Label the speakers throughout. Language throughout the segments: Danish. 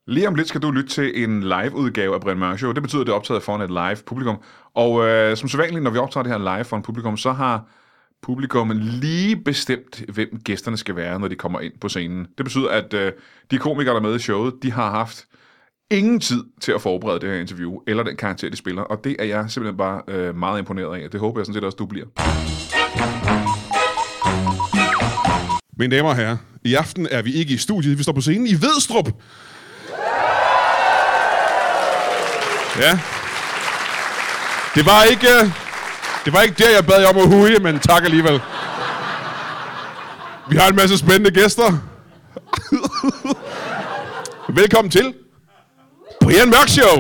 Speaker 1: Lige om lidt skal du lytte til en live-udgave af Brian Mørk Show. Det betyder, at det er optaget foran et live publikum. Og som sædvanligt, når vi optager det her live foran publikum, så har publikummet lige bestemt, hvem gæsterne skal være, når de kommer ind på scenen. Det betyder, at de komikere, der er med i showet, de har haft ingen tid til at forberede det her interview, eller den karakter, de spiller. Og det er jeg simpelthen bare meget imponeret af. Det håber jeg sådan set også, du bliver.
Speaker 2: Mine damer og herrer, i aften er vi ikke i studiet, vi står på scenen i Vedstrup. Ja. Det var ikke der, jeg bad jer om at huge, men tak alligevel. Vi har en masse spændende gæster. Velkommen til Brian Mørk Show.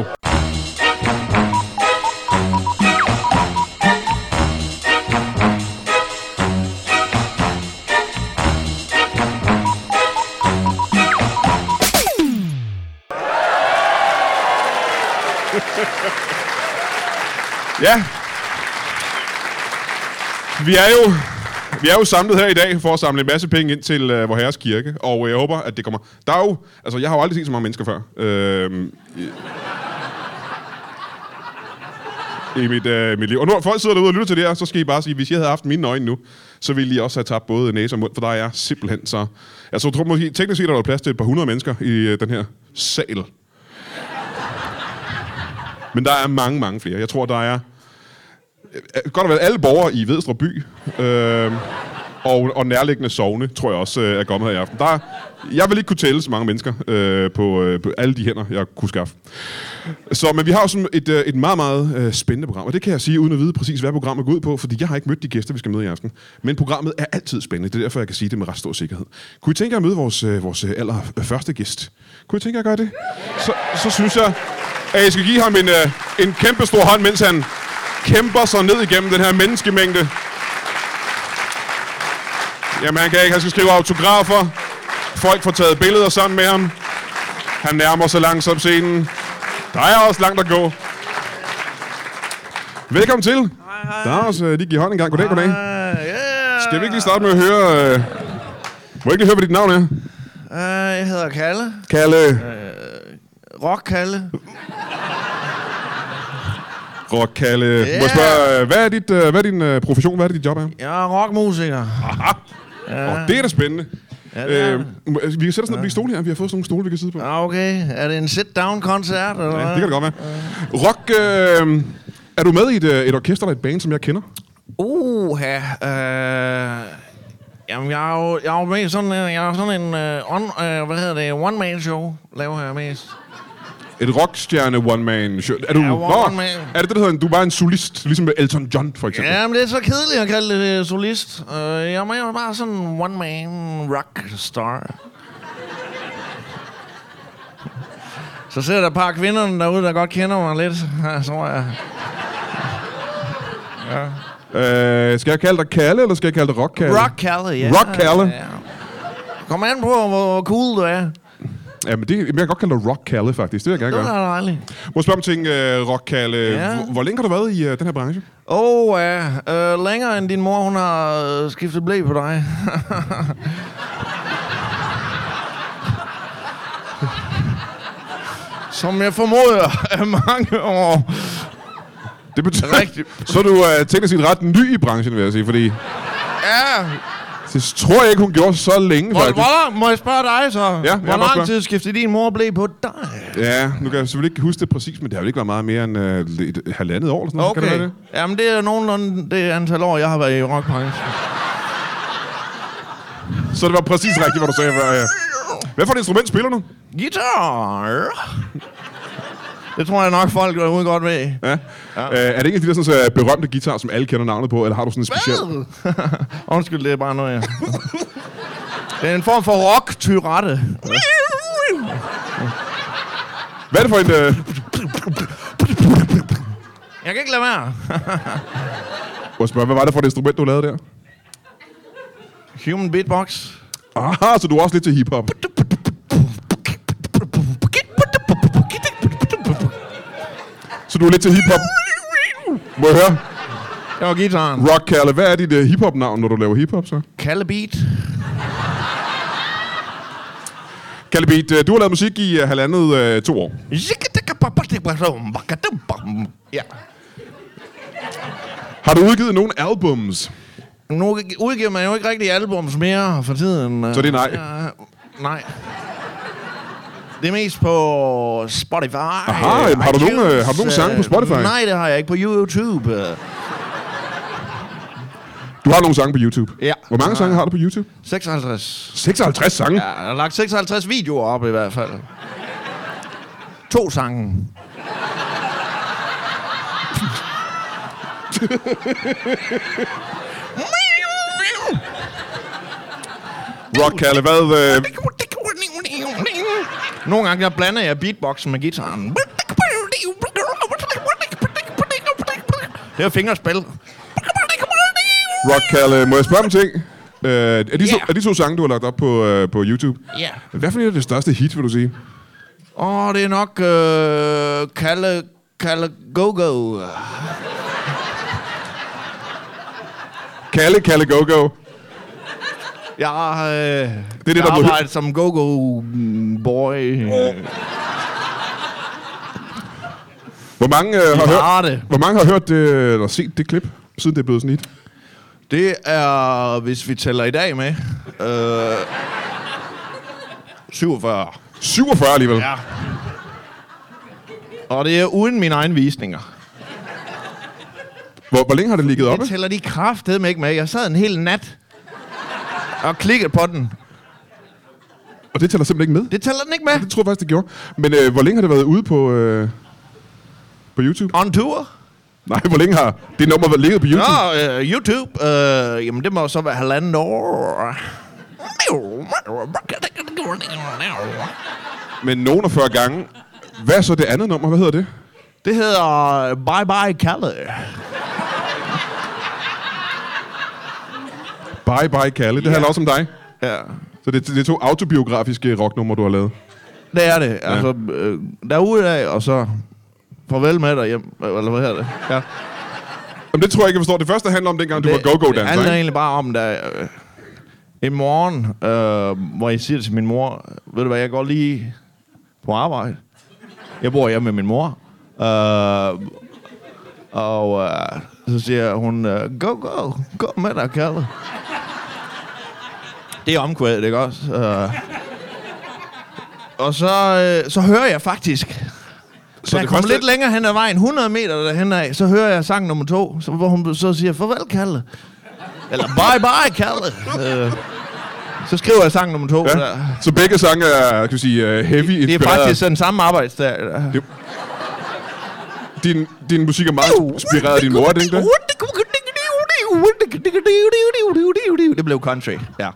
Speaker 2: Ja, vi er jo samlet her i dag for at samle en masse penge ind til Vor Herres Kirke, og jeg håber, at det kommer. Der er jo, altså jeg har jo aldrig set så mange mennesker før i mit liv. Og når folk sidder derude og lytter til det her, så skal I bare sige, hvis jeg havde haft mine øjne nu, så ville I også have tabt både næse og mund, for der er simpelthen så. Altså jeg tror måske teknisk set, der er plads til et par 100 mennesker i den her sal. Men der er mange, mange flere. Jeg tror, der er godt og vel alle borgere i Vedstrup by og nærliggende sogne, tror jeg også er kommet her i aften. Jeg vil ikke kunne tælle så mange mennesker på alle de hænder, jeg kunne skaffe. Men vi har jo sådan et meget, meget spændende program, og det kan jeg sige uden at vide præcis, hvad programmet går ud på, fordi jeg har ikke mødt de gæster, vi skal møde i aften. Men programmet er altid spændende, det er derfor, jeg kan sige det med ret stor sikkerhed. Kunne I tænke jer at møde vores allerførste gæst? Kunne I tænke jer at gøre det? Så synes jeg, at jeg skal give ham en kæmpe stor hånd, mens han kæmper sig ned igennem den her menneskemængde. Jamen han skal skrive autografer. Folk får taget billeder sammen med ham. Han nærmer sig langsomt scenen. Der er også langt at gå. Velkommen til.
Speaker 3: Hej.
Speaker 2: Der er også lige give hånd en gang. Goddag.
Speaker 3: Yeah.
Speaker 2: Skal vi ikke lige starte med at høre... Må jeg ikke lige høre, hvad dit navn er?
Speaker 3: Jeg hedder Kalle.
Speaker 2: Kalle.
Speaker 3: Rock Kalle.
Speaker 2: Rock Kalle. Yeah. Må jeg spørge, hvad er din profession? Hvad er det, dit job er?
Speaker 3: Jeg er rockmusiker.
Speaker 2: Aha. Ja. Det er da spændende.
Speaker 3: Ja,
Speaker 2: vi kan sætte os ned på de stole her. Vi har fået sådan nogle stole, vi kan sidde på.
Speaker 3: Okay. Er det en sit-down-koncert? Eller?
Speaker 2: Ja, det kan det godt være. Rock, er du med i et orkester eller et band, som jeg kender?
Speaker 3: Jamen, jeg er jo med i sådan en one-man-show, laver jeg mest.
Speaker 2: Et rockstjerne one-man-show. Er du, er det hedder du er bare en solist, ligesom Elton John, for eksempel?
Speaker 3: Ja, men det er så kedeligt at kalde det solist. Jeg er bare sådan en one-man rockstar. Så ser der et par kvinder derude, der godt kender mig lidt, tror jeg.
Speaker 2: Ja. Skal jeg kalde dig Kalle, eller skal jeg kalde dig Rock Kalle?
Speaker 3: Rock Kalle, ja.
Speaker 2: Rock Kalle?
Speaker 3: Ja. Kom an på, hvor cool du er.
Speaker 2: Ja, men jeg kan godt kalde dig Rock Kalle, faktisk. Det vil jeg gerne gøre.
Speaker 3: Det er dejligt.
Speaker 2: Må jeg spørge om ting, Rock Kalle.
Speaker 3: Ja.
Speaker 2: Hvor længe har du været i den her branche?
Speaker 3: Længere end din mor, hun har skiftet blæ på dig. Som jeg formoder er mange år.
Speaker 2: Det betyder rigtigt. Så er du teknisk set ret ny i branchen, vil jeg sige, fordi...
Speaker 3: Ja.
Speaker 2: Det tror jeg ikke, hun gjorde så længe, faktisk.
Speaker 3: Må jeg spørge dig så?
Speaker 2: Ja,
Speaker 3: hvor lang tid skiftede din mor blæ på dig?
Speaker 2: Ja, nu kan jeg selvfølgelig ikke huske det præcis, men det har vel ikke været meget mere end et halvandet år eller sådan noget.
Speaker 3: Okay.
Speaker 2: Kan det være det?
Speaker 3: Jamen, det er nogenlunde det antal år, jeg har været i rockbranchen.
Speaker 2: Så det var præcis rigtigt, hvad du sagde før, ja. Hvad for et instrument spiller du?
Speaker 3: Guitar. Det tror jeg nok, folk derude godt ved.
Speaker 2: Ja. Er det en af de der sådan, berømte guitar, som alle kender navnet på, eller har du sådan en speciel?
Speaker 3: Undskyld, det er bare noget, Det er en form for rock-tyrette.
Speaker 2: Hvad er det for en...
Speaker 3: Jeg kan ikke lade være.
Speaker 2: Må jeg spørge, hvad var det for et instrument, du lavede der?
Speaker 3: Human beatbox.
Speaker 2: Aha, så du er også lidt til hiphop. Så du er lidt til hiphop. Må jeg høre?
Speaker 3: Det var guitaren.
Speaker 2: Rock Kalle. Hvad er dit hiphop-navn, når du laver hiphop, så?
Speaker 3: Kalle Beat.
Speaker 2: Kalle Beat, du har lavet musik i 2 år.
Speaker 3: Ja.
Speaker 2: Har du udgivet nogle albums?
Speaker 3: Nu udgiver man jo ikke rigtig albums mere for tiden.
Speaker 2: Så det er nej?
Speaker 3: Nej. Det er mest på Spotify.
Speaker 2: Aha, har du nogle sange på Spotify?
Speaker 3: Nej, det har jeg ikke. På YouTube.
Speaker 2: Du har nogle sange på YouTube?
Speaker 3: Ja.
Speaker 2: Hvor mange sange har du på YouTube?
Speaker 3: 56.
Speaker 2: 56 sange?
Speaker 3: Ja, jeg har lagt 56 videoer op i hvert fald. 2 sange.
Speaker 2: Rock Kalle, hvad...
Speaker 3: Nogle gange der blander jeg beatboxen med guitaren. Det er fingerspil.
Speaker 2: Rock Kalle, må jeg spørge om ting? Er de 2 sange, du har lagt op på YouTube?
Speaker 3: Ja.
Speaker 2: Hvad for det største hit, vil du sige?
Speaker 3: Det er nok Kalle Go-Go.
Speaker 2: Kalle Go-Go.
Speaker 3: Jeg har
Speaker 2: det, der
Speaker 3: arbejdet som go-go-boy.
Speaker 2: Hvor mange har hørt det, eller set det klip, siden det er blevet sådan hit?
Speaker 3: Det er, hvis vi tæller i dag med, 47.
Speaker 2: 47 alligevel?
Speaker 3: Ja. Og det er uden mine egne visninger.
Speaker 2: Hvor længe har det ligget oppe?
Speaker 3: Det tæller de kraftedeme ikke med. Jeg sad en hel nat og klikkede på den.
Speaker 2: Og det tæller simpelthen ikke med?
Speaker 3: Det tæller den ikke med.
Speaker 2: Det tror jeg faktisk, det gjorde. Men hvor længe har det været ude på YouTube?
Speaker 3: On tour?
Speaker 2: Nej, hvor længe har det nummer været ligget på YouTube?
Speaker 3: Nå, YouTube. Jamen, det må så være 1,5 år.
Speaker 2: Men nogen af 40 gange. Hvad er så det andet nummer? Hvad hedder det?
Speaker 3: Det hedder Bye Bye Kalle.
Speaker 2: Bye Bye Kalle. Det handler også om dig.
Speaker 3: Ja.
Speaker 2: Så det er 2 autobiografiske rocknumre, du har lavet.
Speaker 3: Det er det. Altså, derude af, og så farvel med dig hjem. Eller hvad hedder det? Ja.
Speaker 2: Jamen, det tror jeg ikke, jeg forstår. Det første handler om dengang, du var go-go-danser,
Speaker 3: Det handler egentlig bare om, da en morgen, hvor jeg siger til min mor, ved du hvad, jeg går lige på arbejde. Jeg bor hjemme med min mor. Så siger hun, gå med dig, Kalle. Det er omkvædet, ikke også? Og så hører jeg faktisk, så jeg kommer lidt længere hen ad vejen, 100 meter derhen af, så hører jeg sang nummer 2, hvor hun så siger, farvel, Kalle. Eller bye bye, Kalle. Så skriver jeg sang nummer 2.
Speaker 2: Ja.
Speaker 3: Der.
Speaker 2: Så begge sange er, kan du sige, heavy inspireret.
Speaker 3: Det er faktisk den samme arbejdsdag.
Speaker 2: Din musik er meget inspireret af din mor, er det ikke det?
Speaker 3: Det blev country, ja.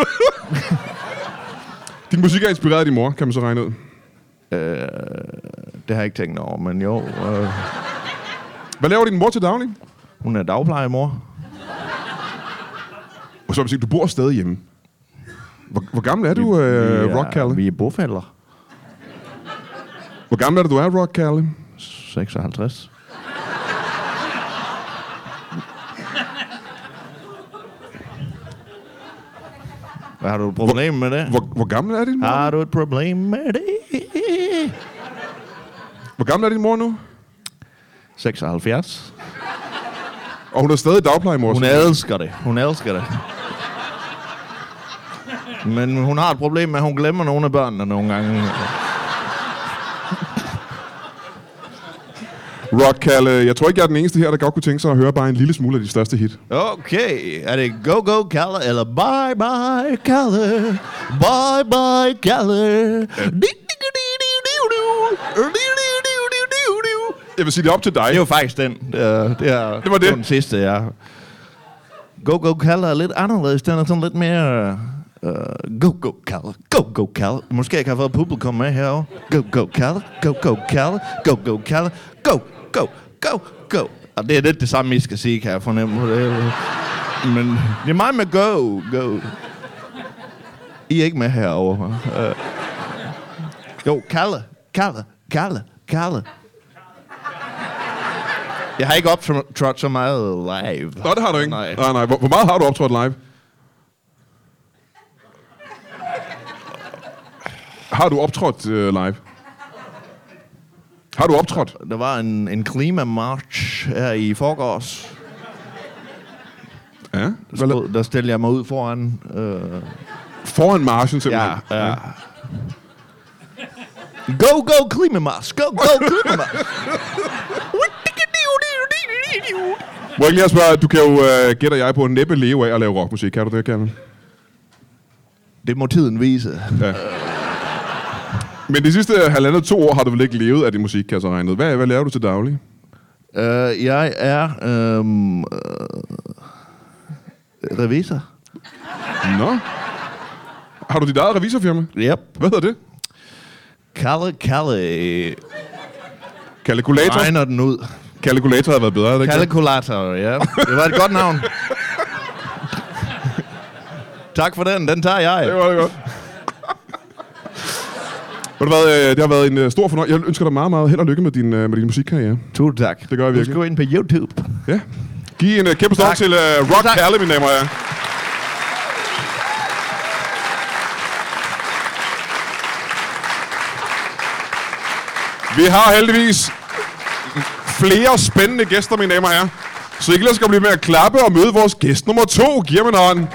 Speaker 2: Din musik er inspireret af din mor, kan man så regne ud?
Speaker 3: Det har jeg ikke tænkt over, men jo.
Speaker 2: Hvad laver din mor til daglig?
Speaker 3: Hun er dagplejemor.
Speaker 2: Og så vil sige, du bor stadig hjemme. Hvor gammel er du, Rock Kalle?
Speaker 3: Vi er bofæller.
Speaker 2: Hvor gammel er du, Rock Kalle?
Speaker 3: 56. Hvad har du et problem med det?
Speaker 2: Hvor gammel er din mor?
Speaker 3: Har du et problem med det?
Speaker 2: Hvor gammel er din mor nu?
Speaker 3: 76.
Speaker 2: Og hun er stadig dagplejemor.
Speaker 3: Hun elsker det. Hun elsker det. Men hun har et problem med, at hun glemmer nogle af børnene nogle gange.
Speaker 2: Rock Kalle, jeg tror ikke, jeg er den eneste her, der godt kunne tænke sig at høre bare en lille smule af de største hit.
Speaker 3: Okay, er det Go Go Kalle eller Bye Bye Kalle? Bye Bye Kalle.
Speaker 2: Jeg vil sige det op til dig.
Speaker 3: Det er jo faktisk den. Det var den sidste, ja. Go Go Kalle er lidt anderledes. Den er sådan lidt mere... Go Go Kalle. Go Go Kalle. Måske jeg kan have fået publikum med herovre. Go Go Kalle. Go Go Kalle. Go Go Kalle. Go Go Go Go. Og det er lidt det samme, I skal sige, kan jeg fornemme. Men det er meget med go. Go. I er ikke med herovre. Jo, Kalle. Kalle. Kalle. Kalle. Jeg har ikke optrådt så meget live.
Speaker 2: Nå, det har du ikke.
Speaker 3: Nej.
Speaker 2: Hvor meget har du optrådt live? Har du optrådt live? Har du optrådt?
Speaker 3: Der var en klimamarch her i forgårs.
Speaker 2: Ja.
Speaker 3: Der stillede jeg mig ud foran...
Speaker 2: Foran marchen simpelthen?
Speaker 3: Ja. Go, klimamarch! Go, klimamarch!
Speaker 2: Må jeg ikke lige spørge, du kan jo gætte jeg på næppe leve af at lave rockmusik. Kan du det, Kevin?
Speaker 3: Det må tiden vise.
Speaker 2: Ja. Men de sidste 1,5-2 år har du vel ikke levet af din musik, kan jeg så regne ud. Hvad laver du til daglig?
Speaker 3: Jeg er revisor.
Speaker 2: Nå. Har du dit eget revisorfirma?
Speaker 3: Yep.
Speaker 2: Hvad hedder det? Kalkulator?
Speaker 3: Regner den ud.
Speaker 2: Kalkulator havde været bedre, er det ikke?
Speaker 3: Kalkulator, ja. Det var et godt navn. Tak for den tager jeg.
Speaker 2: Det var det godt. Ved du hvad, det har været en stor fornøjelse. Jeg ønsker dig meget, meget held og lykke med din musikkarriere.
Speaker 3: Tusind tak.
Speaker 2: Det gør jeg virkelig.
Speaker 3: Du skal gå ind på YouTube.
Speaker 2: Ja. Giv en kæmpe stor til Rock Kalle, mine damer og herrer. Vi har heldigvis flere spændende gæster, mine damer og herrer. Så I skal blive med at klappe og møde vores gæst nummer 2. Giv ham en hånd.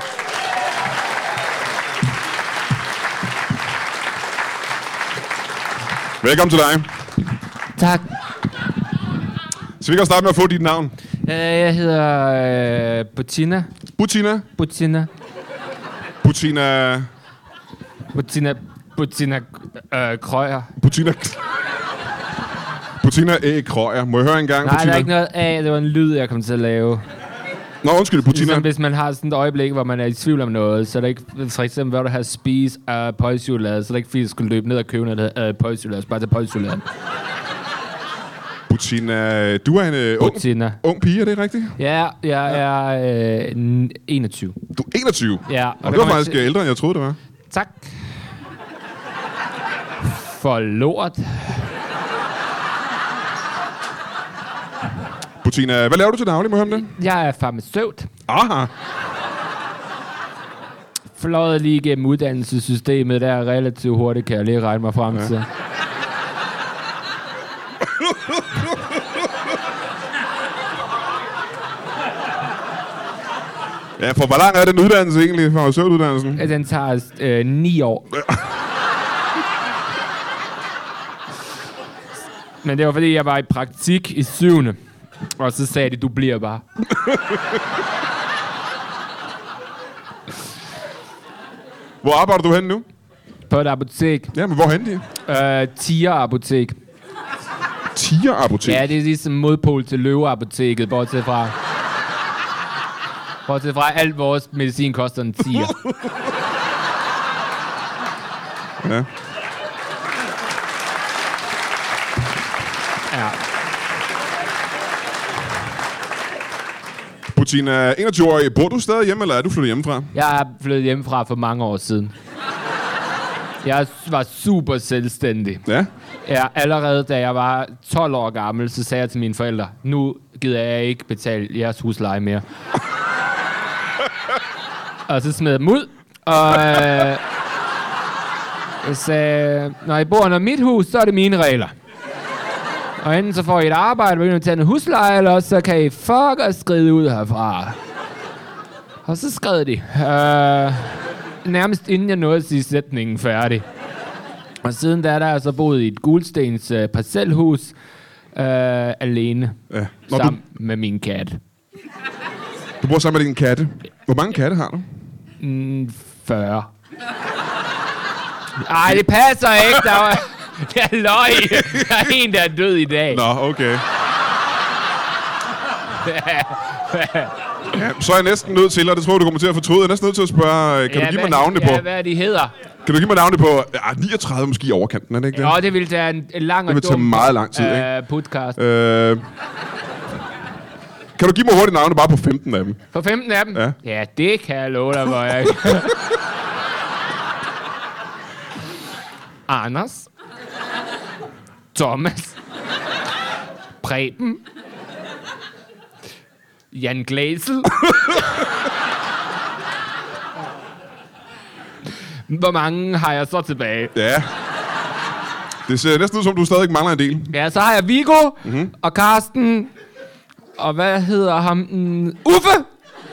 Speaker 2: Velkommen til dig.
Speaker 4: Tak.
Speaker 2: Så vi kan starte med at få dit navn.
Speaker 4: Jeg hedder Bettina.
Speaker 2: Bettina.
Speaker 4: Bettina.
Speaker 2: Bettina.
Speaker 4: Bettina. Bettina Krøyer.
Speaker 2: Bettina. Bettina A. Krøyer. Må jeg høre en gang,
Speaker 4: Nej,
Speaker 2: Bettina?
Speaker 4: der er ikke noget af. Det var en lyd, jeg kom til at lave.
Speaker 2: Nå, undskyld, Bettina.
Speaker 4: Ligesom hvis man har sådan et øjeblik, hvor man er i tvivl om noget, så er det ikke, for eksempel, hvor du har spise pøjchokolade, så er det ikke fordi, jeg skulle løbe ned og købe noget pøjchokolade, så bare tage pøjchokolade.
Speaker 2: Bettina, du er en ung pige, er det rigtigt?
Speaker 4: Ja, jeg er 21.
Speaker 2: Du er 21?
Speaker 4: Ja.
Speaker 2: Og det var faktisk ældre, end jeg troede, det var.
Speaker 4: Tak. For lort.
Speaker 2: Bettina, hvad laver du til daglig, må jeg høre om det?
Speaker 4: Jeg er farmaceut.
Speaker 2: Aha.
Speaker 4: Fløjet lige igennem uddannelsessystemet, der er relativt hurtigt, kan jeg lige regne mig frem til.
Speaker 2: Ja, for hvor lang er den uddannelse egentlig, farmaceutuddannelsen?
Speaker 4: Den tager 9 år. Men det var fordi, jeg var i praktik i 7. Og så sagde de, du bliver bare.
Speaker 2: Hvor arbejder du henne nu?
Speaker 4: På et apotek.
Speaker 2: Ja, men hvor henne de?
Speaker 4: Tiger Apotek.
Speaker 2: Tiger Apotek?
Speaker 4: Ja, det er ligesom modpol til Løve-apoteket, bortset fra alt vores medicin koster en 10'er.
Speaker 2: Ja.
Speaker 4: Ja.
Speaker 2: Bettina, 21-årig. Bor du stadig hjemme, eller er du flyttet hjemmefra?
Speaker 4: Jeg er flyttet hjemmefra for mange år siden. Jeg var super selvstændig.
Speaker 2: Ja.
Speaker 4: Ja, allerede da jeg var 12 år gammel, så sagde jeg til mine forældre, nu gider jeg ikke betale jeres husleje mere. Og så smed jeg dem ud, og jeg sagde, når I bor under mit hus, så er det mine regler. Og enten så får I et arbejde, hvor I kan tage en husleje, eller så kan I fuck og skride ud herfra. Og så skred de. Nærmest inden jeg nåede at sige sætningen færdig. Og siden der jeg så boet i et gulstens parcelhus, alene,
Speaker 2: Ja.
Speaker 4: sammen med min kat.
Speaker 2: Du bor sammen med din katte. Hvor mange katte har du?
Speaker 4: 40. Ej, det passer ikke. Jeg løg. Der er en, der er død i dag.
Speaker 2: Nå, okay. Ja, så er jeg næsten nødt til, og det tror jeg, du kommer til at fortryde. Jeg er næsten nødt til at spørge, kan du give mig navnene på?
Speaker 4: Ja, hvad de hedder.
Speaker 2: Kan du give mig navnene på 39 måske i overkanten, er det ikke det?
Speaker 4: Ja, det vil tage en lang og
Speaker 2: det vil tage meget lang tid, ikke?
Speaker 4: Podcast.
Speaker 2: Kan du give mig hurtigt navne bare på 15 af dem?
Speaker 4: På 15 af dem?
Speaker 2: Ja.
Speaker 4: Ja, det kan jeg love dig, hvor jeg... Anders. Thomas. Preben. Jan Glæsel. Hvor mange har jeg så tilbage?
Speaker 2: Ja. Det ser næsten ud som, du stadig mangler en del.
Speaker 4: Ja, så har jeg Viggo og Karsten. Og hvad hedder ham? Uffe!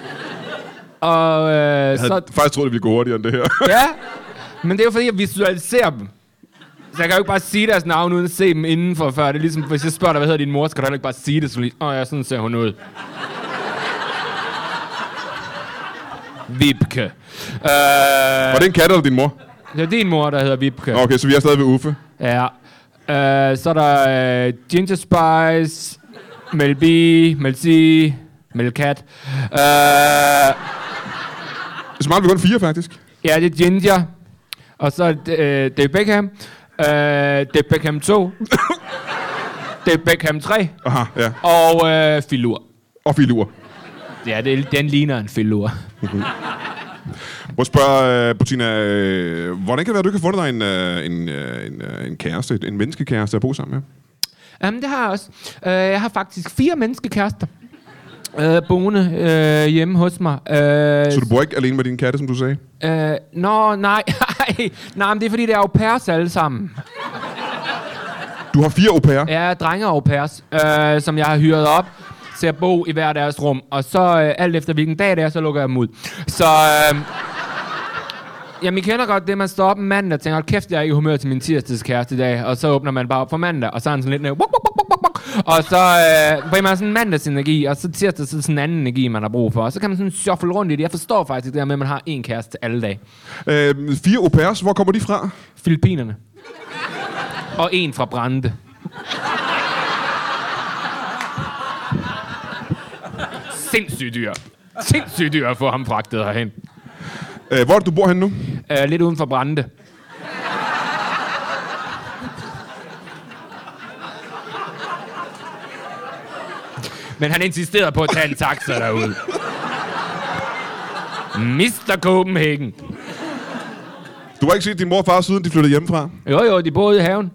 Speaker 4: Og
Speaker 2: Jeg havde faktisk troet, det ville gå hurtigere end det her.
Speaker 4: Ja, men det er jo fordi, jeg visualiserer dem. Så jeg kan jo ikke bare sige deres navn, uden at se dem indenfor før. Det er ligesom, hvis jeg spørger dig, hvad hedder din mor, skal du heller ikke bare sige det. Så lige, ja, sådan ser hun ud. Vibke.
Speaker 2: Var det en kat eller din mor?
Speaker 4: Det er din mor, der hedder Vibke.
Speaker 2: Okay, så vi er stadig ved Uffe.
Speaker 4: Ja. Så er der Ginger Spice, Mel B, Mel C, Mel Cat.
Speaker 2: Så mangler vi kun 4, faktisk.
Speaker 4: Ja, det er Ginger. Og så Dave Beckham. Dave Beckham 2. Dave Beckham 3.
Speaker 2: Aha, ja.
Speaker 4: Og Filur.
Speaker 2: Og filur.
Speaker 4: Ja, den ligner en filur.
Speaker 2: Må spørge, Bettina, hvordan kan det være, at du ikke har fundet dig en kæreste, en menneskekæreste at bo sammen med?
Speaker 4: Jamen, det har jeg også. Jeg har faktisk 4 menneskekærester boende hjemme hos mig.
Speaker 2: Så du bor ikke alene med din katte, som du sagde?
Speaker 4: Nej, men det er fordi, det er au pairs alle sammen.
Speaker 2: Du har 4 au pairer?
Speaker 4: Ja, drenge au pairs, som jeg har hyret op til at bo i hver deres rum. Og så alt efter hvilken dag det er, så lukker jeg dem ud. Så jamen, I kender godt det, man står op en mandag og tænker, hold kæft, jeg er ikke i humør til min tirsdagskæreste i dag. Og så åbner man bare op for mandag, og så er han sådan lidt og så får man sådan en mandagsenergi, og så tirsdag så sådan en anden energi, man har brug for. Og så kan man sådan shuffle rundt i det. Jeg forstår faktisk det der med, at man har en kæreste alle dage.
Speaker 2: 4 au pairs, hvor kommer de fra?
Speaker 4: Filippinerne. Og en fra Brande. Sindssygt dyr at få ham fragtet herhen.
Speaker 2: Hvor er det, du bor henne nu?
Speaker 4: Lidt uden for Brande. Men han insisterede på at tage en taxa derude. Mr. Copenhagen.
Speaker 2: Du har ikke set din mor og far, siden de flyttede hjemmefra?
Speaker 4: Jo, de boede i haven.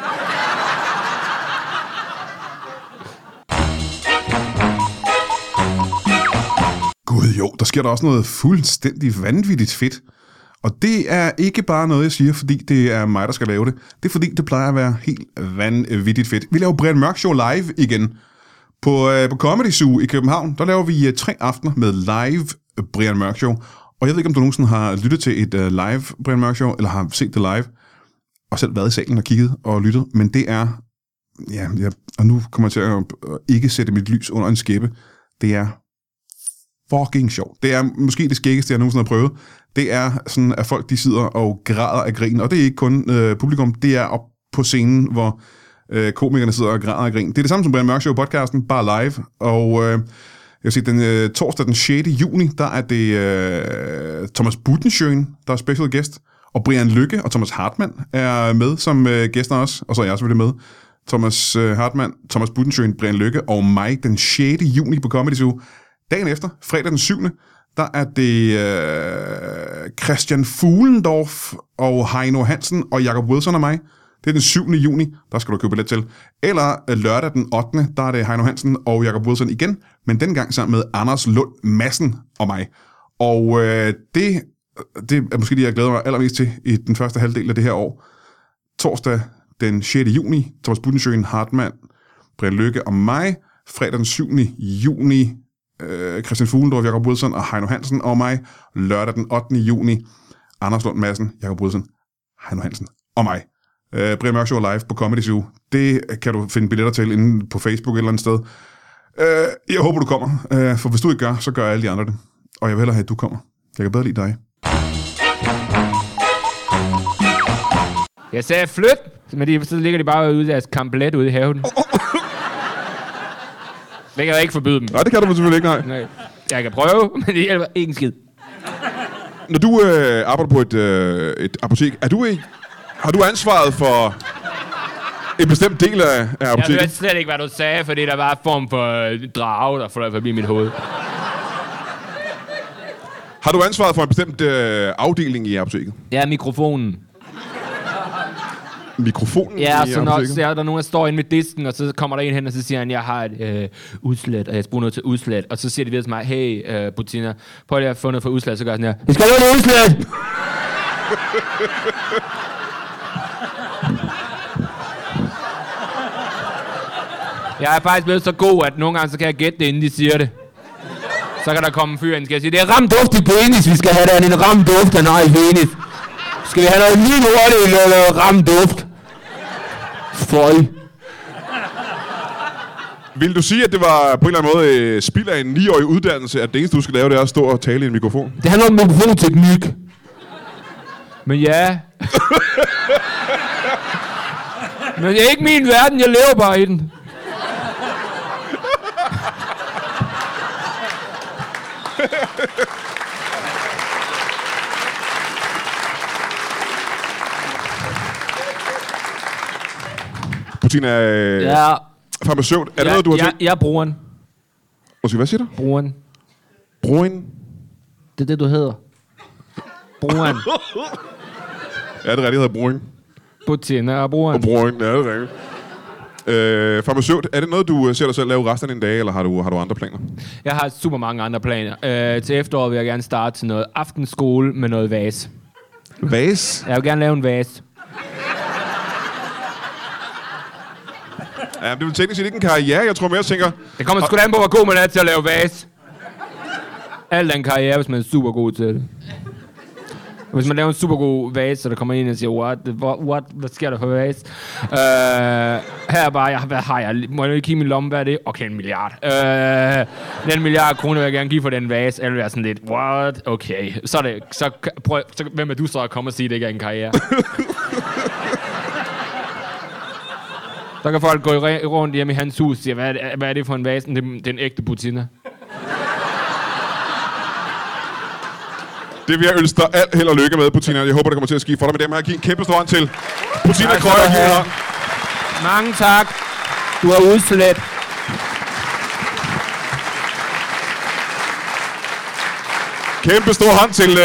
Speaker 1: Gud jo, der sker der også noget fuldstændig vanvittigt fedt. Og det er ikke bare noget, jeg siger, fordi det er mig, der skal lave det. Det er fordi, det plejer at være helt vanvittigt fedt. Vi laver Brian Mørk Show live igen. På Comedy Zoo i København, der laver vi 3 aftener med live Brian Mørk Show. Og jeg ved ikke, om du nogensinde har lyttet til et live Brian Mørk Show, eller har set det live, og selv været i salen og kigget og lyttet. Men det er, og nu kommer jeg til at ikke sætte mit lys under en skæppe. Det er fucking sjovt. Det er måske det skæggeste, jeg nogensinde har prøvet. Det er sådan, at folk de sidder og græder af grin, og det er ikke kun publikum, det er op på scenen, hvor komikerne sidder og græder af grin. Det er det samme som Brian Mørk Show podcasten, bare live, og jeg vil sige, den torsdag den 6. juni, der er det Thomas Budensjøen, der er special guest, og Brian Lykke og Thomas Hartmann er med som gæster også, og så er jeg selvfølgelig med. Thomas Hartmann, Thomas Budensjøen, Brian Lykke og mig den 6. juni på Comedy Zoo. Dagen efter, fredag den 7., der er det Christian Fuglendorf og Heino Hansen og Jacob Wilson og mig. Det er den 7. juni, der skal du købe billet til. Eller lørdag den 8., der er det Heino Hansen og Jacob Wilson igen, men dengang sammen med Anders Lund Madsen og mig. Og det er måske det, jeg glæder mig allermest til i den første halvdel af det her år. Torsdag den 6. juni, Thomas Budensjøen, Hartmann, Brian Lykke og mig. Fredag den 7. juni, Christian Fuglendorf, Jacob Wilson og Heino Hansen og mig. Lørdag den 8. juni, Anders Lund Madsen, Jacob Wilson, Heino Hansen og mig. Brian Mørk Show live på Comedy Zoo. Det kan du finde billetter til inde på Facebook et eller andet sted. Jeg håber, du kommer. For hvis du ikke gør, så gør alle de andre det. Og jeg vil hellere have, at du kommer. Jeg kan bedre lide dig.
Speaker 4: Jeg sagde flyt, men så ligger de bare ude i deres kamplet ude i haven. Det kan jeg ikke forbyde dem.
Speaker 2: Nej, det kan du selvfølgelig ikke, nej.
Speaker 4: Jeg kan prøve, men det hjælper ikke en skid.
Speaker 2: Når du arbejder på et apotek, har du ansvaret for en bestemt del af apoteket?
Speaker 4: Jeg ved slet ikke, hvad du sagde, fordi der var en form for drage, der fløj forbi mit hoved.
Speaker 2: Har du ansvaret for en bestemt afdeling i apoteket?
Speaker 4: Ja, mikrofonen.
Speaker 2: Mikrofonen
Speaker 4: ja,
Speaker 2: i
Speaker 4: så når
Speaker 2: apoteket?
Speaker 4: der er nogen, der står inde ved disken, og så kommer der en hen, og så siger han, jeg har et udslæt, og jeg bruger noget til udslæt. Og så siger de videre til mig, hey, Bettina, prøv lige at få noget for udslæt. Så gør jeg sådan her, vi skal have noget udslæt! Jeg er faktisk blevet så god, at nogle gange så kan jeg gætte det, inden de siger det. Så kan der komme en fyr, og skal sige, det er ram duft i penis, vi skal have der en ram duft af noget i penis. Skal vi have noget lige hurtigt eller ram duft? Føj.
Speaker 2: Vil du sige, at det var på en eller anden måde spild af en 9-årig uddannelse, at det eneste, du skal lave, det er at stå og tale i en mikrofon?
Speaker 4: Det handler om mikrofonteknik. Men ja. Men det er ikke min verden, jeg lever bare i den.
Speaker 2: Putin er
Speaker 4: Ja.
Speaker 2: farmaceut. Er det noget, du har tænkt?
Speaker 4: Jeg er brugeren.
Speaker 2: Hvad siger du?
Speaker 4: Brugeren.
Speaker 2: Brugen?
Speaker 4: Det er det, du hedder. Brugeren.
Speaker 2: Ja, det er rigtigt, hedder Brugen.
Speaker 4: Putin er brugeren.
Speaker 2: Og Brugen, ja, det er rigtigt. Farmaceut, er det noget, du ser dig selv lave resten af din dag, eller har du andre planer?
Speaker 4: Jeg har super mange andre planer. Til efteråret vil jeg gerne starte til noget aftenskole med noget vas.
Speaker 2: Vas?
Speaker 4: Jeg vil gerne lave en vas.
Speaker 2: Ja, det er vel teknisk set ikke en karriere. Jeg tror mere, jeg tænker...
Speaker 4: Det kommer sgu da an på, hvor god man er til at lave vas. Alt er en karriere, hvis man er super god til det. Hvis man laver en super god vase, så der kommer ind og siger, what? Hvad sker der for vase? Her er bare, hvad har jeg? Må jeg ikke give min lomme, hvad er det? Okay, 1 milliard. Den 1 milliard kroner vil jeg gerne give for den vase. Eller være sådan lidt, what? Okay. Så hvem er du så at komme og sige, at det ikke er en karriere? Så kan folk gå rundt hjemme i hans hus og sige, hvad er det for en vase? Det er en ægte Putina.
Speaker 2: Det vil jeg ønske dig alt held og lykke med, Putina. Jeg håber, det kommer til at ske for dig. Med dem her, giv en kæmpe stor hånd til Putina Krøyer.
Speaker 4: Mange tak. Du er udslet.
Speaker 2: Kæmpe stor hånd til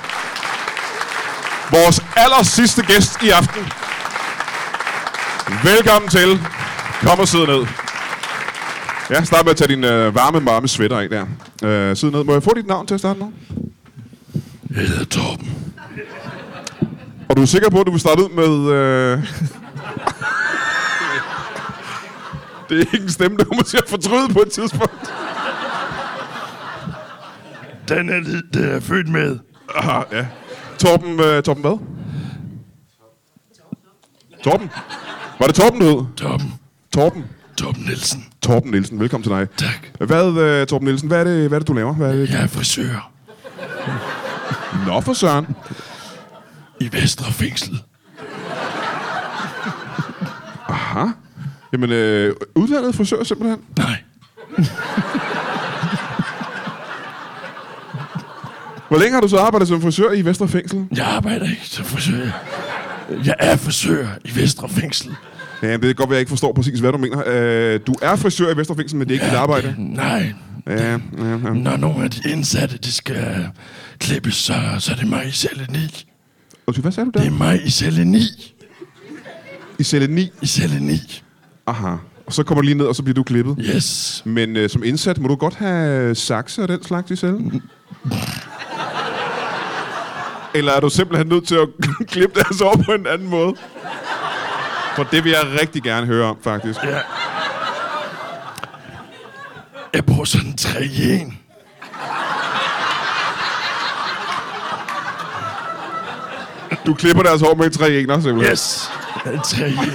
Speaker 2: vores aller sidste gæst i aften. Velkommen til. Kom og sid ned. Ja, start med at tage din varme sweater af der. Sid ned. Må jeg få dit navn til at starte nu?
Speaker 5: Jeg hedder Torben.
Speaker 2: Og du er sikker på, at du vil starte ud med... Det er ikke en stemme, du kommer til at fortryde på et tidspunkt.
Speaker 5: Den er jeg født med.
Speaker 2: Aha, ja. Torben hvad? Torben? Var det Torben, du hed?
Speaker 5: Torben Nielsen.
Speaker 2: Torben Nielsen, velkommen til dig.
Speaker 5: Tak.
Speaker 2: Hvad, Torben Nielsen, hvad er det, du laver? Hvad er det?
Speaker 5: Jeg er frisør.
Speaker 2: Nå for søren.
Speaker 5: I Vestre Fængsel.
Speaker 2: Aha. Jamen, uddannet frisør simpelthen?
Speaker 5: Nej.
Speaker 2: Hvor længe har du så arbejdet som frisør i Vestre Fængsel?
Speaker 5: Jeg arbejder ikke som frisør. Jeg er frisør i Vestre Fængsel.
Speaker 2: Ja, det er godt, at jeg ikke forstår præcis, hvad du mener. Du er frisør i Vestre Fængsel, men det er ikke dit arbejde?
Speaker 5: Nej.
Speaker 2: Ja.
Speaker 5: Når nogle af de indsatte, de skal klippes, så er det mig i celle 9.
Speaker 2: Hvad sagde du der?
Speaker 5: Det er mig i celle 9.
Speaker 2: I celle 9?
Speaker 5: I celle 9.
Speaker 2: Aha. Og så kommer du lige ned, og så bliver du klippet?
Speaker 5: Yes.
Speaker 2: Men som indsat, må du godt have sakse og den slags i cellen? Eller er du simpelthen nødt til at klippe deres over på en anden måde? For det vil jeg rigtig gerne høre om, faktisk.
Speaker 5: Ja. Jeg bruger sådan 3 i 1.
Speaker 2: Du klipper deres hår med 3 ener, simpelthen?
Speaker 5: Yes. 3 i 1.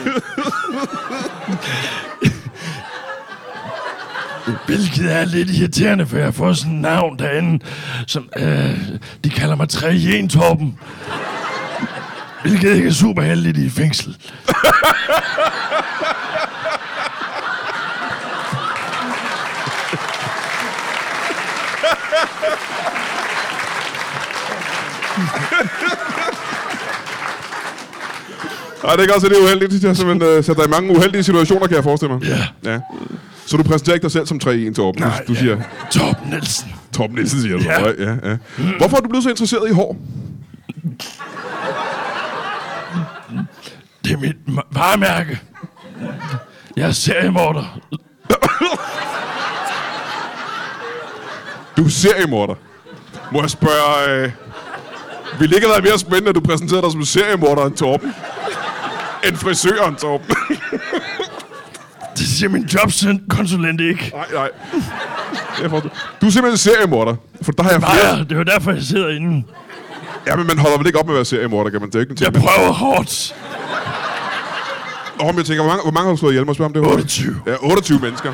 Speaker 5: Hvilket er lidt irriterende, for jeg har fået sådan et navn derinde, som de kalder mig 3 i 1, Torben. Hvilket ikke er super heldigt i fængsel.
Speaker 2: Ej, det er også lidt uheldigt. Jeg simpelthen sætter dig i mange uheldige situationer, kan jeg forestille mig.
Speaker 5: Ja.
Speaker 2: Så du præsenterer ikke dig selv som 3 i 1, Torben?
Speaker 5: Nej,
Speaker 2: du siger...
Speaker 5: Torben Nielsen.
Speaker 2: Torben Nielsen, siger du.
Speaker 5: Ja.
Speaker 2: Ja. Hvorfor er du blevet så interesseret i hår?
Speaker 5: Det er mit varemærke. Jeg er seriemorder.
Speaker 2: Du er seriemorder. Må jeg spørge... Vil det ikke have været mere spændende, at du præsenterede dig som seriemorder end Torben? End frisøren, Torben?
Speaker 5: Det siger min jobkonsulent ikke.
Speaker 2: Nej. Du er simpelthen seriemorder. For der har jeg flere...
Speaker 5: Nej, det var derfor, jeg sidder inde.
Speaker 2: Ja, men man holder vel ikke op med at være seriemorder, kan man? Det er ikke en ting.
Speaker 5: Jeg prøver hårdt.
Speaker 2: Men jeg tænker, hvor mange har du slået ihjel? Må jeg spørge om det?
Speaker 5: 28.
Speaker 2: Ja, 28 mennesker.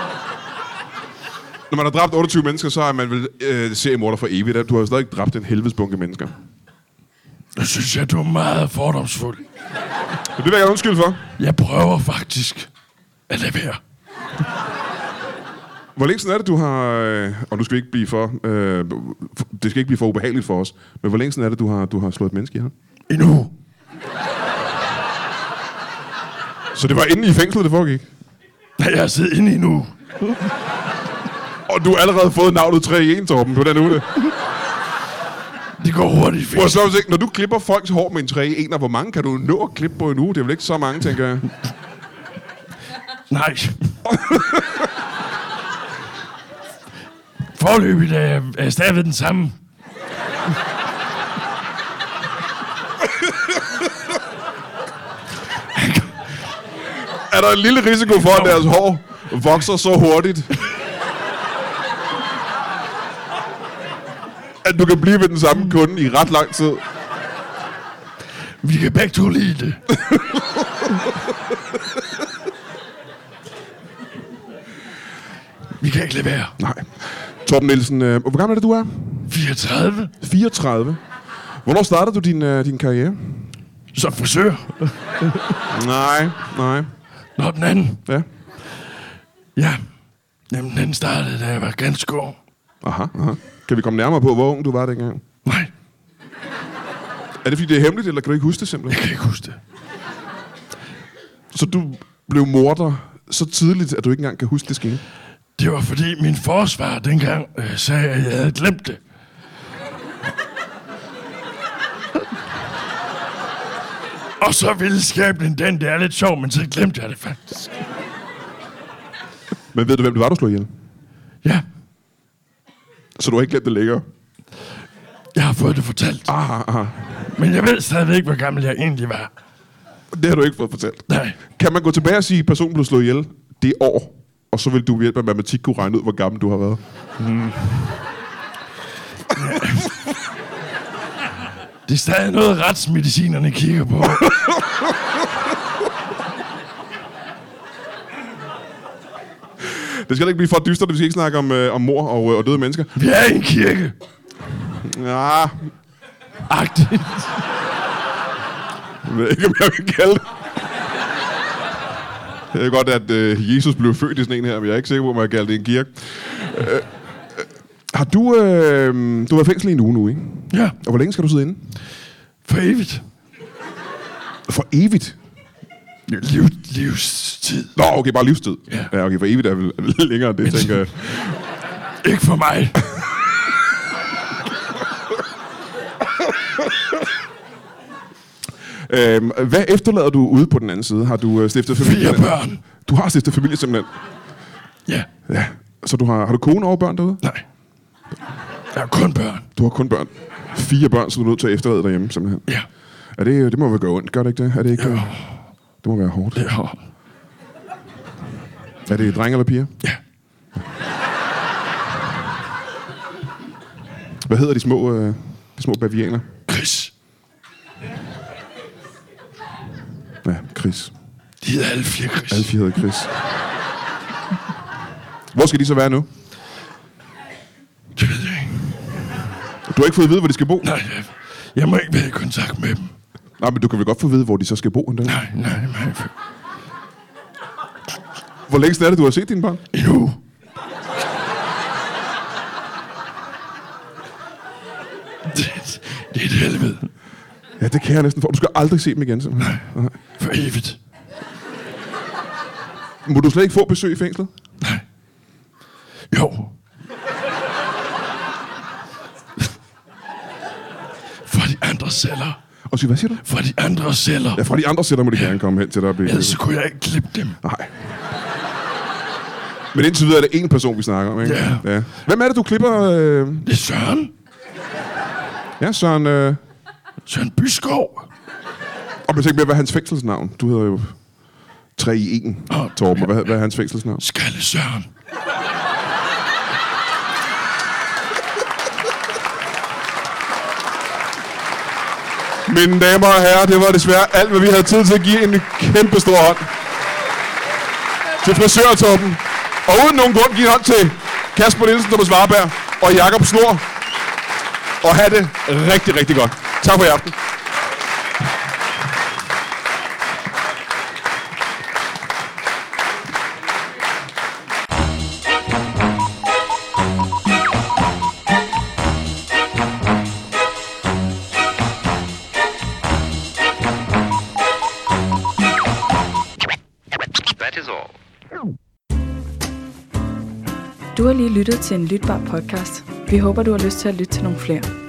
Speaker 2: Når man har dræbt 28 mennesker, så er man vel seriemorder for evigt. Du har jo stadig ikke dræbt en helvedes bunke mennesker.
Speaker 5: Nu synes jeg, du er meget fordomsfuld.
Speaker 2: Det vil jeg gerne undskylde for.
Speaker 5: Jeg prøver faktisk at lade være.
Speaker 2: Hvor længe siden er det, du har... og nu skal vi ikke blive for... det skal ikke blive for ubehageligt for os. Men hvor længe siden er det, du har slået et menneske ihjel?
Speaker 5: Endnu.
Speaker 2: Så det var inde i fængslet, det foregik?
Speaker 5: Nej, jeg har siddet inde endnu.
Speaker 2: Og du har allerede fået navnet 3 i 1, Torben, på den uge.
Speaker 5: Det går hurtigt, fint.
Speaker 2: Når du klipper folks hår med en 3 i 1, hvor mange kan du nå at klippe på en uge? Det er vel ikke så mange, tænker jeg.
Speaker 5: Nej. Forløbigt er jeg stadigvæk den samme.
Speaker 2: Er der en lille risiko for, at deres hår vokser så hurtigt, at du kan blive ved den samme kunde i ret lang tid?
Speaker 5: Vi kan begge to lide det. Vi kan ikke lade være.
Speaker 2: Nej. Torben Nielsen, hvor gammel er det, du er?
Speaker 5: 34.
Speaker 2: 34. Hvornår startede du din karriere?
Speaker 5: Som frisør.
Speaker 2: Nej.
Speaker 5: Nå, den anden.
Speaker 2: Ja.
Speaker 5: Ja. Jamen, den startede, da jeg var ganske ung.
Speaker 2: Aha. Kan vi komme nærmere på, hvor ung du var dengang?
Speaker 5: Nej,
Speaker 2: Er det, fordi det er hemmeligt, eller kan du ikke huske det
Speaker 5: jeg
Speaker 2: simpelthen?
Speaker 5: kan ikke huske det.
Speaker 2: Så du blev morder så tidligt, at du ikke engang kan huske det skete?
Speaker 5: Det var fordi min forsvar dengang sagde, at jeg havde glemt det. Og så ville skæbnen den, det er lidt sjovt, men så glemte jeg det faktisk.
Speaker 2: Men ved du, hvem det var, du slog ihjel?
Speaker 5: Ja,
Speaker 2: Så du har ikke glemt det længere?
Speaker 5: jeg har fået det fortalt.
Speaker 2: Aha.
Speaker 5: Men jeg ved stadigvæk ikke, hvor gammel jeg egentlig var.
Speaker 2: Det har du ikke fået fortalt.
Speaker 5: Nej,
Speaker 2: Kan man gå tilbage og sige, at personen blev slået ihjel det år, og så vil du ved hjælp af matematik kunne regne ud, hvor gammel du har været?
Speaker 5: det er stadig noget, retsmedicinerne kigger på.
Speaker 2: Det skal ikke blive for dystert, vi skal ikke snakke om mor og døde mennesker.
Speaker 5: Vi er i en kirke.
Speaker 2: Ja,
Speaker 5: Agtigt.
Speaker 2: jeg ved ikke, om jeg vil kalde det. Det er godt, at Jesus blev født i sådan en her, men jeg er ikke sikker på, om jeg kalder det en kirke. Har du... du har været i fængsel i en uge nu, ikke?
Speaker 5: Ja,
Speaker 2: Og hvor længe skal du sidde inde?
Speaker 5: for evigt.
Speaker 2: For evigt?
Speaker 5: Livstid.
Speaker 2: Nå, okay, bare livstid.
Speaker 5: Ja.
Speaker 2: Ja, okay, for evigt er vel længere end det, tænker jeg.
Speaker 5: Ikke for mig.
Speaker 2: Hvad efterlader du ude på den anden side? Har du stiftet familie?
Speaker 5: 4 børn.
Speaker 2: Du har stiftet familie simpelthen?
Speaker 5: Ja,
Speaker 2: Ja. Så du har du kone og børn derude?
Speaker 5: nej. Jeg har kun børn.
Speaker 2: Du har kun børn. 4 børn, så du er nødt til at efterlade derhjemme, simpelthen.
Speaker 5: Ja,
Speaker 2: Det må vel gøre ondt, gør det ikke det? Er det ikke?
Speaker 5: Jo.
Speaker 2: Det må være hårdt.
Speaker 5: det har.
Speaker 2: Er det drenge eller piger?
Speaker 5: Ja.
Speaker 2: Hvad hedder de små bavianer?
Speaker 5: Chris.
Speaker 2: Ja, Chris.
Speaker 5: De hedder alle 4 Chris.
Speaker 2: Alle 4 hedder Chris. Hvor skal de så være nu?
Speaker 5: Det ved jeg ikke.
Speaker 2: Du har ikke fået at vide, hvor de skal bo?
Speaker 5: Nej, jeg må ikke være i kontakt med dem.
Speaker 2: Nej, men du kan vel godt få at vide, hvor de så skal bo en dag?
Speaker 5: Nej.
Speaker 2: Hvor længe siden er det, du har set dine børn?
Speaker 5: Endnu. Det er et helvede.
Speaker 2: Ja, det kan jeg næsten få. Du skal aldrig se dem igen, simpelthen. Nej.
Speaker 5: For evigt.
Speaker 2: Må du slet ikke få besøg i fængslet?
Speaker 5: Nej. Jo. For de andre celler.
Speaker 2: Og sige, hvad siger du?
Speaker 5: For de andre celler.
Speaker 2: Ja, fra de andre sætter må de gerne komme hen til dig og blive...
Speaker 5: Ellers så kunne jeg ikke klippe dem.
Speaker 2: Nej. Men indtil videre er det én person, vi snakker om, ikke?
Speaker 5: Ja.
Speaker 2: Hvem er det, du klipper?
Speaker 5: Det er Søren.
Speaker 2: Ja, Søren...
Speaker 5: Søren Byskov.
Speaker 2: Og jeg tænker mere, hvad er hans fængselsnavn? Du hedder jo 3 i 1, Torben. Hvad er hans fængselsnavn?
Speaker 5: Skalle Søren.
Speaker 2: Mine damer og herrer, det var desværre alt, hvad vi havde tid til at give en kæmpe stor hånd til frisørtoppen. Og uden nogen grund give en hånd til Kasper Nielsen, Thomas Warberg og Jakob Snor. Og have det rigtig, rigtig godt. Tak for i aften.
Speaker 6: Du har lige lyttet til en lytbar podcast. Vi håber, du har lyst til at lytte til nogle flere.